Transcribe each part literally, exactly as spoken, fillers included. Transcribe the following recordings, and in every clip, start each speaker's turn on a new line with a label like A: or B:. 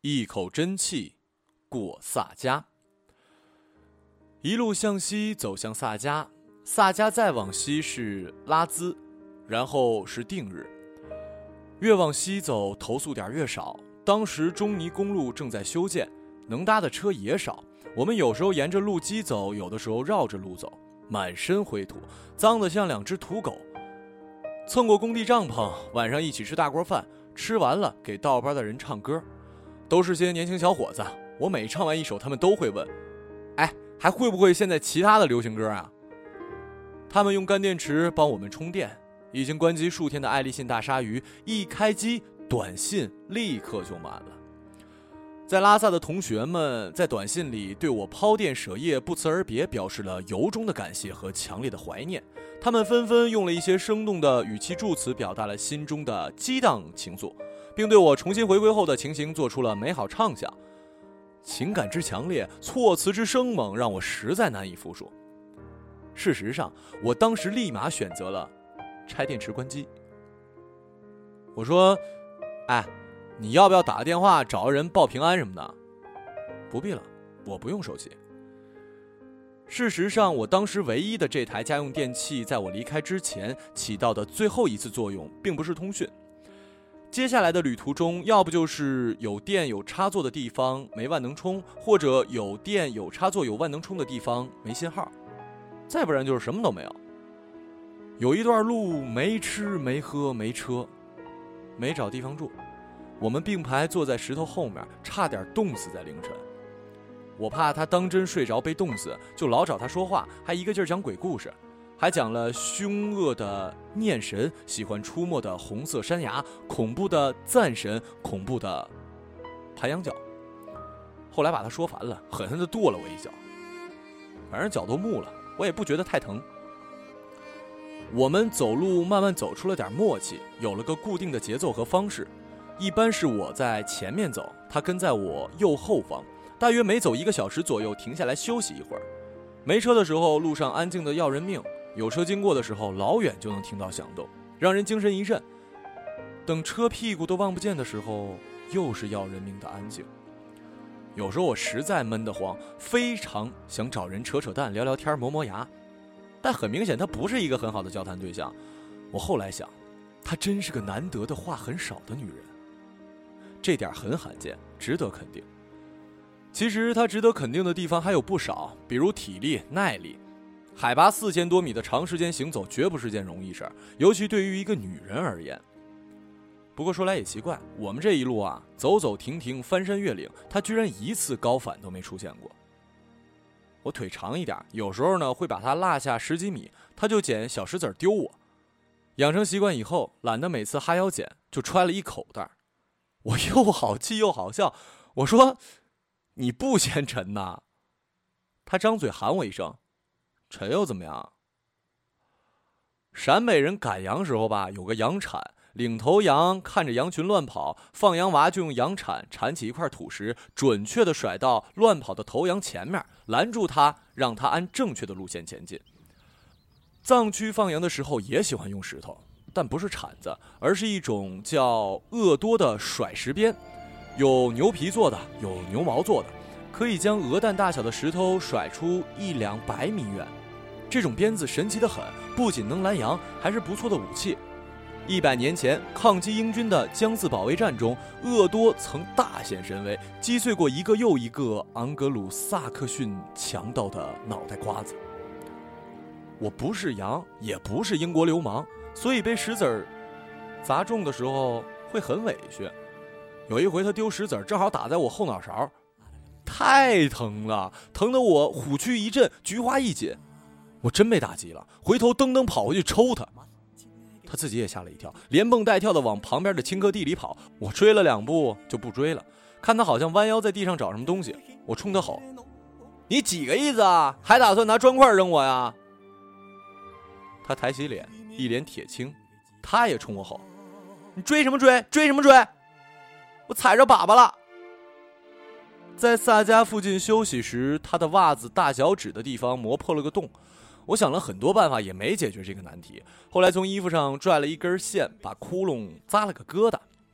A: 一口真气过萨迦。一路向西走向萨迦，萨迦再往西是拉兹，然后是定日。越往西走投诉点越少，当时中尼公路正在修建，能搭的车也少，我们有时候沿着路基走，有的时候绕着路走，满身灰土，脏得像两只土狗。蹭过工地帐篷，晚上一起吃大锅饭，吃完了给道班的人唱歌，都是些年轻小伙子。我每唱完一首，他们都会问，哎，还会不会现在其他的流行歌啊？他们用干电池帮我们充电，已经关机数天的爱立信大鲨鱼一开机，短信立刻就满了。在拉萨的同学们在短信里对我抛电舍业不辞而别表示了由衷的感谢和强烈的怀念，他们纷纷用了一些生动的语气助词表达了心中的激荡情愫，并对我重新回归后的情形做出了美好畅想。情感之强烈，措辞之生猛，让我实在难以服输。事实上，我当时立马选择了拆电池关机。我说，哎，你要不要打个电话找个人报平安什么的？不必了，我不用手机。事实上，我当时唯一的这台家用电器在我离开之前起到的最后一次作用并不是通讯。接下来的旅途中，要不就是有电有插座的地方没万能充，或者有电有插座有万能充的地方没信号，再不然就是什么都没有。有一段路没吃没喝没车，没找地方住，我们并排坐在石头后面，差点冻死在凌晨。我怕他当真睡着被冻死，就老找他说话，还一个劲儿讲鬼故事，还讲了凶恶的念神喜欢出没的红色山崖，恐怖的赞神，恐怖的盘羊角。后来把他说烦了，狠狠地跺了我一脚，反正脚都木了，我也不觉得太疼。我们走路慢慢走出了点默契，有了个固定的节奏和方式，一般是我在前面走，他跟在我右后方，大约每走一个小时左右停下来休息一会儿。没车的时候路上安静的要人命，有车经过的时候老远就能听到响动，让人精神一振。等车屁股都望不见的时候，又是要人命的安静。有时候我实在闷得慌，非常想找人扯扯淡聊聊天磨磨牙，但很明显她不是一个很好的交谈对象。我后来想，她真是个难得的话很少的女人，这点很罕见，值得肯定。其实她值得肯定的地方还有不少，比如体力耐力。海拔四千多米的长时间行走绝不是件容易事儿，尤其对于一个女人而言。不过说来也奇怪，我们这一路啊，走走停停，翻山越岭，她居然一次高反都没出现过。我腿长一点，有时候呢会把她落下十几米，她就捡小石子丢我。养成习惯以后，懒得每次哈腰捡，就揣了一口袋。我又好气又好笑，我说：“你不嫌沉呐？”她张嘴喊我一声：“沉又怎么样？”陕北人赶羊时候吧，有个羊铲，领头羊看着羊群乱跑，放羊娃就用羊铲铲起一块土石，准确地甩到乱跑的头羊前面，拦住它，让它按正确的路线前进。藏区放羊的时候也喜欢用石头，但不是铲子，而是一种叫鄂多的甩石鞭，有牛皮做的，有牛毛做的，可以将鹅蛋大小的石头甩出一两百米远。这种鞭子神奇得很，不仅能拦羊，还是不错的武器。一百年前抗击英军的江泗保卫战中，鄂多曾大显神威，击碎过一个又一个昂格鲁萨克逊强盗的脑袋瓜子。我不是羊，也不是英国流氓，所以被石子儿砸中的时候会很委屈。有一回他丢石子儿，正好打在我后脑勺，太疼了，疼得我虎躯一震，菊花一紧。我真被打击了，回头噔噔跑回去抽他。他自己也吓了一跳，连蹦带跳的往旁边的青稞地里跑。我追了两步就不追了，看他好像弯腰在地上找什么东西，我冲他吼：“你几个意思啊？还打算拿砖块扔我呀？”他抬起脸，一脸铁青，他也冲我吼：“你追什么追？追什么追？我踩着粑粑了。”在萨迦附近休息时，他的袜子大脚趾的地方磨破了个洞。我想了很多办法，也没解决这个难题。后来从衣服上拽了一根线，把窟窿扎了个疙瘩。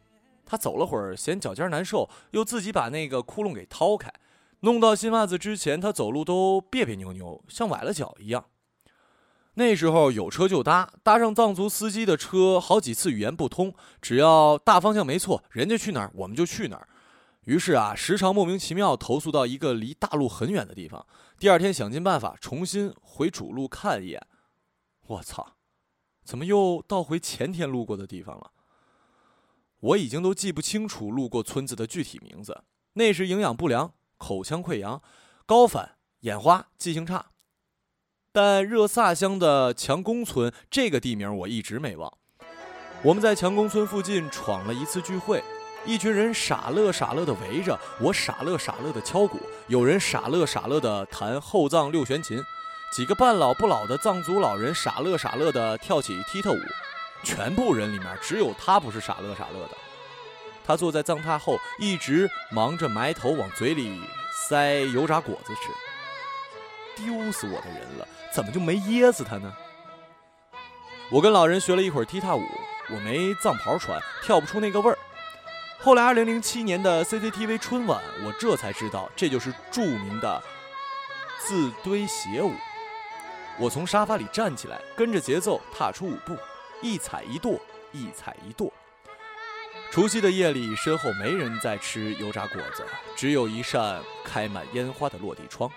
A: 他走了会儿，嫌脚尖难受，又自己把那个窟窿给掏开，弄到新袜子之前，他走路都别别扭扭，像崴了脚一样。那时候有车就搭，搭上藏族司机的车，好几次语言不通，只要大方向没错，人家去哪儿我们就去哪儿。于是啊，时常莫名其妙投诉到一个离大路很远的地方，第二天想尽办法重新回主路看一眼。我操，怎么又倒回前天路过的地方了？我已经都记不清楚路过村子的具体名字。那时营养不良，口腔溃疡，高反，眼花，记性差。但热萨乡的强公村这个地名我一直没忘。我们在强公村附近闯了一次聚会，一群人傻乐傻乐的围着我，傻乐傻乐的敲鼓，有人傻乐傻乐的弹后藏六弦琴，几个半老不老的藏族老人傻乐傻乐的跳起踢踏舞。全部人里面只有他不是傻乐傻乐的。他坐在藏榻后，一直忙着埋头往嘴里塞油炸果子吃。丢死我的人了，怎么就没噎死他呢？我跟老人学了一会儿踢踏舞，我没藏袍穿，跳不出那个味儿。后来二零零七年的 C C T V 春晚，我这才知道这就是著名的自堆鞋舞。我从沙发里站起来，跟着节奏踏出舞步，一踩一跺，一踩一跺。除夕的夜里，身后没人在吃油炸果子，只有一扇开满烟花的落地窗。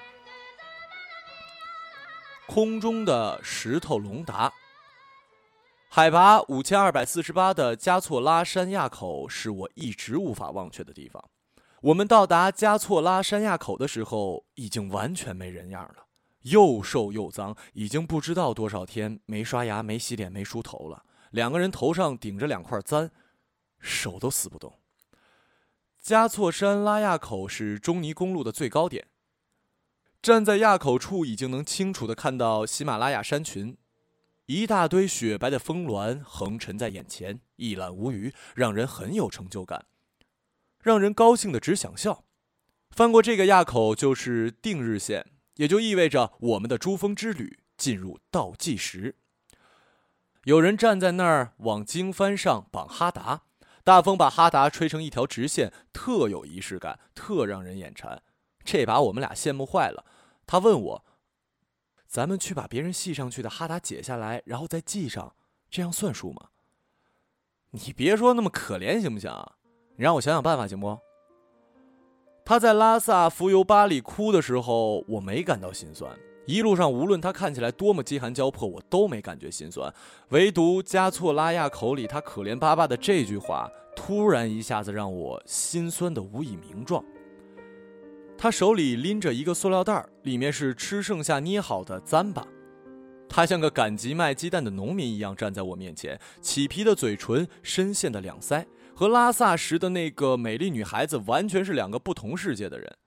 A: 空中的石头龙达，海拔五千二百四十八的加措拉山垭口是我一直无法忘却的地方。我们到达加措拉山垭口的时候，已经完全没人样了，又瘦又脏，已经不知道多少天没刷牙、没洗脸、没梳头了。两个人头上顶着两块簪，手都撕不动。加措山拉垭口是中尼公路的最高点。站在垭口处，已经能清楚地看到喜马拉雅山群，一大堆雪白的峰峦横陈在眼前，一览无余，让人很有成就感，让人高兴的只想笑。翻过这个垭口就是定日县，也就意味着我们的珠峰之旅进入倒计时。有人站在那儿往经幡上绑哈达，大风把哈达吹成一条直线，特有仪式感，特让人眼馋。这把我们俩羡慕坏了。他问我，咱们去把别人系上去的哈达解下来，然后再系上，这样算数吗？你别说那么可怜行不行？你让我想想办法行不？他在拉萨浮游巴里哭的时候，我没感到心酸。一路上无论他看起来多么饥寒交迫，我都没感觉心酸。唯独加措拉垭口里他可怜巴巴的这句话，突然一下子让我心酸的无以名状。他手里拎着一个塑料袋，里面是吃剩下捏好的糌粑。他像个赶集卖鸡蛋的农民一样站在我面前，起皮的嘴唇，深陷的两腮，和拉萨时的那个美丽女孩子完全是两个不同世界的人。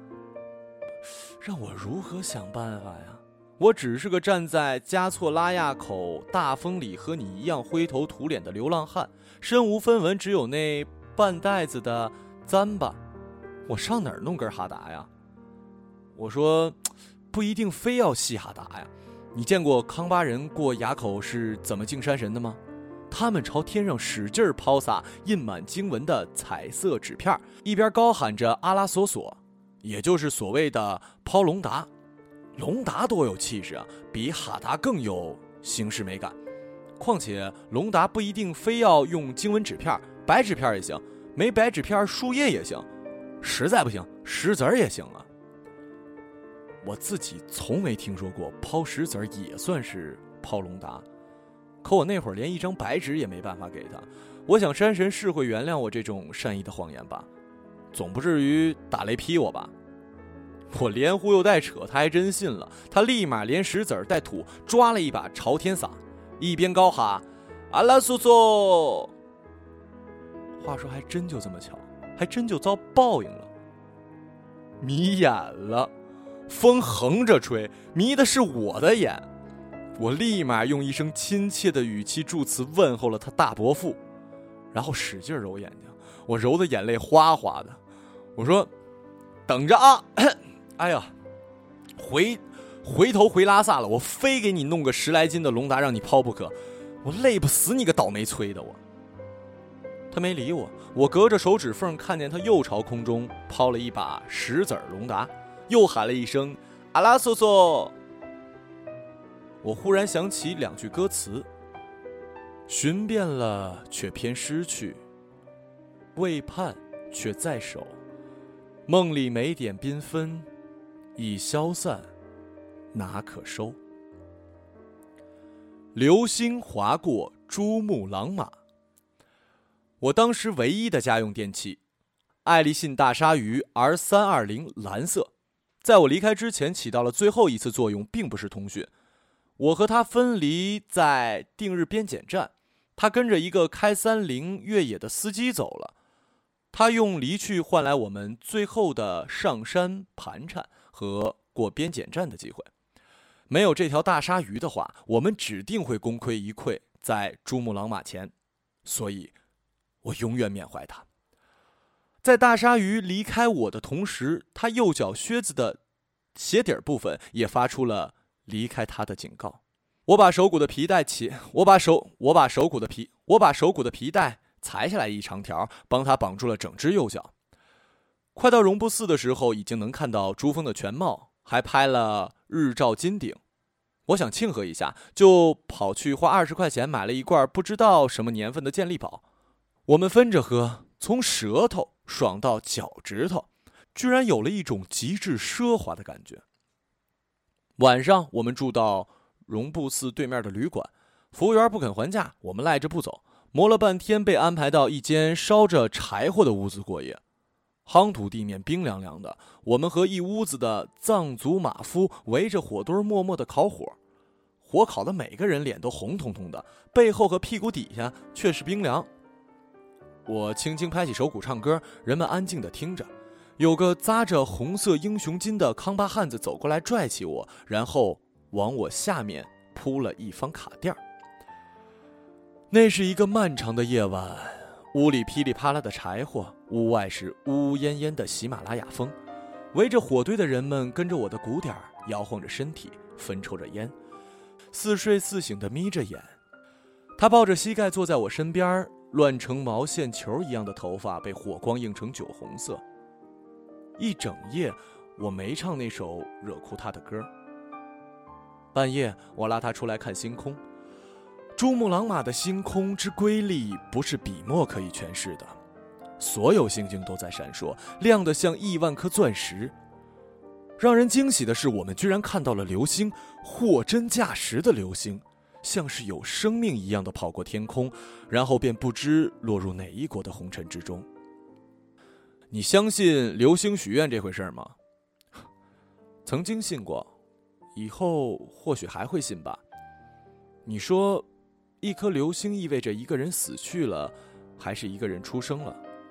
A: 让我如何想办法呀？我只是个站在加措拉垭口大风里和你一样灰头土脸的流浪汉，身无分文，只有那半袋子的糌粑。我上哪儿弄根哈达呀？我说，不一定非要系哈达呀。你见过康巴人过垭口是怎么敬山神的吗？他们朝天上使劲抛洒印满经文的彩色纸片，一边高喊着阿拉索索，也就是所谓的抛龙达。龙达多有气势啊，比哈达更有形式美感。况且龙达不一定非要用经文纸片，白纸片也行，没白纸片树叶也行，实在不行石子儿也行啊。我自己从没听说过抛石子儿也算是抛龙达，可我那会儿连一张白纸也没办法给他。我想山神是会原谅我这种善意的谎言吧，总不至于打雷劈我吧。我连忽悠带扯，他还真信了。他立马连石子儿带土抓了一把朝天撒，一边高喊阿拉苏苏。话说还真就这么巧，还真就遭报应了。迷眼了，风横着吹，迷的是我的眼。我立马用一声亲切的语气祝词问候了他大伯父，然后使劲揉眼睛，我揉的眼泪哗哗的。我说等着啊，哎呀，回回头回拉萨了，我非给你弄个十来斤的龙达让你抛不可，我累不死你个倒霉催的我。 他没理我，我隔着手指缝看见他又朝空中抛了一把石子隆达，又喊了一声阿拉索索。我忽然想起两句歌词：寻遍了却偏失去，未盼却在手，梦里每点缤纷，已消散，哪可收？流星划过珠穆朗玛。我当时唯一的家用电器，爱立信大鲨鱼 R 三二零蓝色，在我离开之前起到了最后一次作用，并不是通讯。我和他分离在定日边检站，他跟着一个开三菱越野的司机走了。他用离去换来我们最后的上山盘缠和过边检站的机会。没有这条大鲨鱼的话，我们指定会功亏一篑在珠穆朗玛前，所以我永远缅怀他。在大鲨鱼离开我的同时，他右脚靴子的鞋底部分也发出了离开他的警告。我把手骨的皮带起，我把手，我把手骨的皮，我把手骨的皮带裁下来一长条，帮他绑住了整只右脚。快到绒布寺的时候，已经能看到珠峰的全貌，还拍了日照金顶。我想庆贺一下，就跑去花二十块钱买了一罐不知道什么年份的健力宝。我们分着喝，从舌头爽到脚趾头，居然有了一种极致奢华的感觉。晚上我们住到绒布寺对面的旅馆，服务员不肯还价，我们赖着不走，磨了半天被安排到一间烧着柴火的屋子过夜。夯土地面冰凉凉的，我们和一屋子的藏族马夫围着火堆默默地烤火，火烤的每个人脸都红彤彤的，背后和屁股底下却是冰凉。我轻轻拍起手鼓唱歌，人们安静地听着。有个扎着红色英雄巾的康巴汉子走过来拽起我，然后往我下面铺了一方卡垫。那是一个漫长的夜晚，屋里噼里啪啦的柴火，屋外是呜呜咽咽的喜马拉雅风。围着火堆的人们跟着我的鼓点摇晃着身体，分抽着烟，似睡似醒地眯着眼。他抱着膝盖坐在我身边，乱成毛线球一样的头发被火光映成酒红色。一整夜我没唱那首惹哭他的歌。半夜我拉他出来看星空。珠穆朗玛的星空之瑰丽不是笔墨可以诠释的，所有星星都在闪烁，亮得像亿万颗钻石。让人惊喜的是，我们居然看到了流星，货真价实的流星，像是有生命一样的跑过天空，然后便不知落入哪一国的红尘之中。你相信流星许愿这回事吗？曾经信过，以后或许还会信吧。你说一颗流星意味着一个人死去了，还是一个人出生了？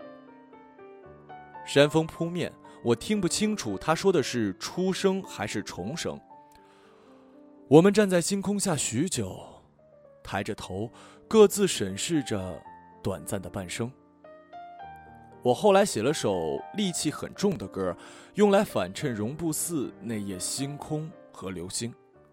A: 山风扑面，我听不清楚他说的是出生还是重生。我们站在星空下许久，抬着头各自审视着短暂的半生。我后来写了首戾气很重的歌，用来反衬绒布寺那夜星空和流星。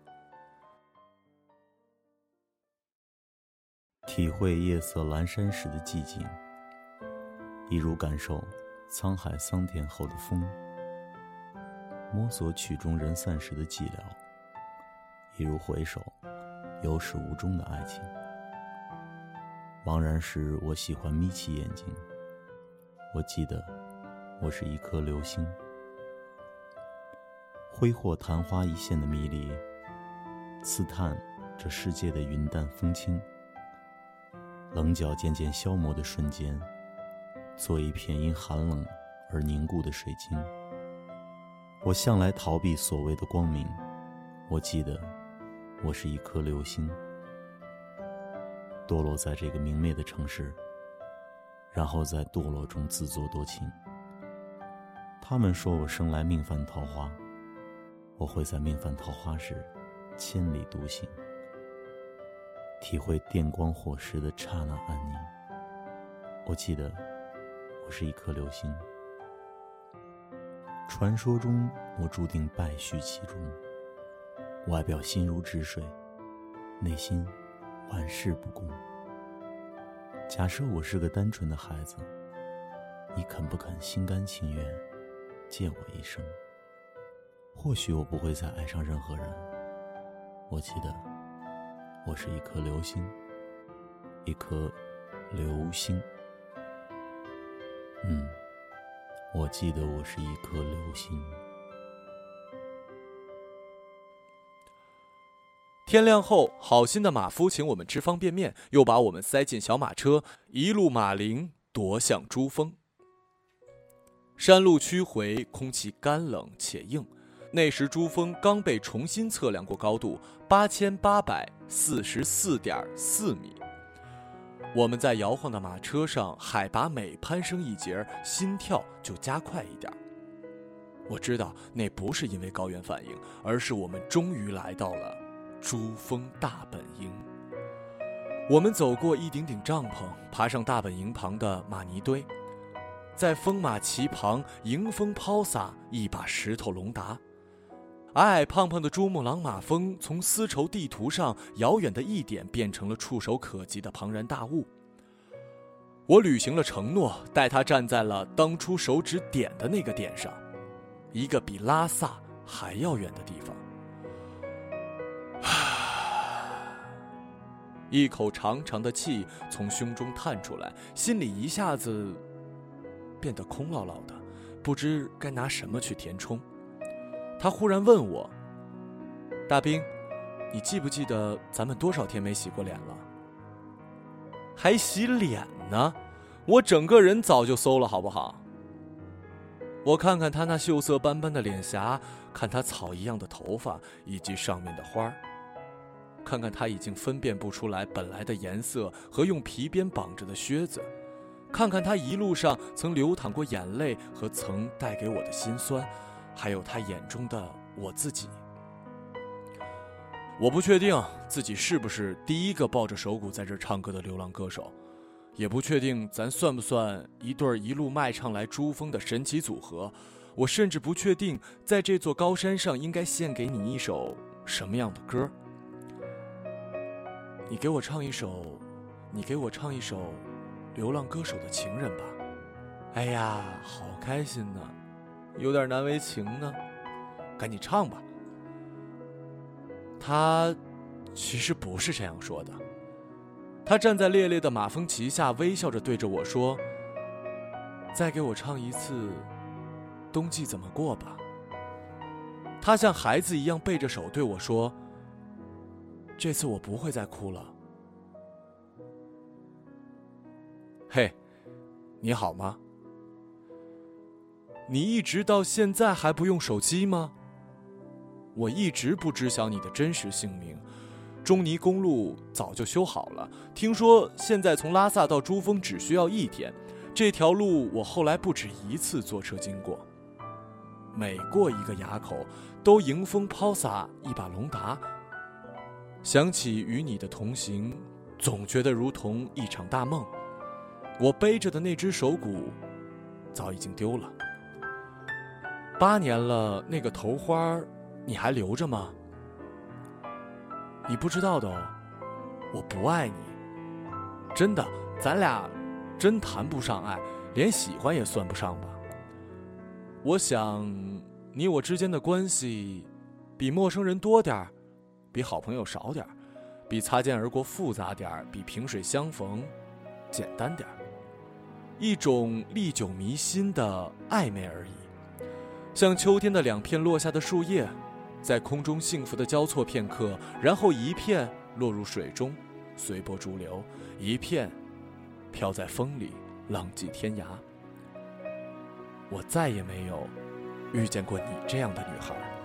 B: 体会夜色阑珊时的寂静，一如感受沧海桑田后的风，摸索曲终人散时的寂寥，一如回首有始无终的爱情。茫然时我喜欢眯起眼睛，我记得我是一颗流星，挥霍昙花一现的迷离，刺探这世界的云淡风轻。棱角渐渐消磨的瞬间，做一片因寒冷而凝固的水晶。我向来逃避所谓的光明，我记得我是一颗流星，堕落在这个明媚的城市，然后在堕落中自作多情。他们说我生来命犯桃花，我会在命犯桃花时千里独行，体会电光火石的刹那安宁。我记得我是一颗流星，传说中我注定败絮其中，外表心如止水，内心玩世不恭。 假设我是个单纯的孩子，你肯不肯心甘情愿借我一生？或许我不会再爱上任何人。我记得我是一颗流星，一颗流星。嗯，我记得我是一颗流星。
A: 天亮后，好心的马夫请我们吃方便面，又把我们塞进小马车，一路马铃夺向珠峰。山路曲回，空气干冷且硬。那时珠峰刚被重新测量过高度，八千八百四十四点四米。我们在摇晃的马车上，海拔每攀升一节，心跳就加快一点。我知道那不是因为高原反应，而是我们终于来到了珠峰大本营。我们走过一顶顶帐篷，爬上大本营旁的马泥堆，在风马旗旁迎风抛洒一把石头龙达。矮矮胖胖的珠穆朗玛峰从丝绸地图上遥远的一点变成了触手可及的庞然大物。我履行了承诺，带他站在了当初手指点的那个点上，一个比拉萨还要远的地方。一口长长的气从胸中叹出来，心里一下子变得空落落的，不知该拿什么去填充。他忽然问我：大兵，你记不记得咱们多少天没洗过脸了？还洗脸呢？我整个人早就馊了，好不好？我看看他那锈色斑斑的脸颊，看他草一样的头发以及上面的花，看看他已经分辨不出来本来的颜色和用皮鞭绑着的靴子，看看他一路上曾流淌过眼泪和曾带给我的心酸，还有他眼中的我自己。我不确定自己是不是第一个抱着手鼓在这唱歌的流浪歌手，也不确定咱算不算一对一路卖唱来珠峰的神奇组合。我甚至不确定在这座高山上应该献给你一首什么样的歌。你给我唱一首，你给我唱一首流浪歌手的情人吧。哎呀，好开心呢，有点难为情呢，赶紧唱吧。他其实不是这样说的，他站在烈烈的马峰旗下，微笑着对着我说：再给我唱一次冬季怎么过吧。他像孩子一样背着手对我说：这次我不会再哭了。嘿，你好吗？你一直到现在还不用手机吗？我一直不知晓你的真实姓名。中尼公路早就修好了，听说现在从拉萨到珠峰只需要一天。这条路我后来不止一次坐车经过，每过一个垭口都迎风抛洒一把龙达。想起与你的同行，总觉得如同一场大梦。我背着的那只手鼓早已经丢了。八年了，那个头花你还留着吗？你不知道的哦，我不爱你，真的，咱俩真谈不上爱，连喜欢也算不上吧。我想你我之间的关系比陌生人多点儿，比好朋友少点儿，比擦肩而过复杂点儿，比萍水相逢简单点儿，一种历久弥新的暧昧而已。像秋天的两片落下的树叶，在空中幸福的交错片刻，然后一片落入水中，随波逐流，一片飘在风里，浪迹天涯。我再也没有遇见过你这样的女孩。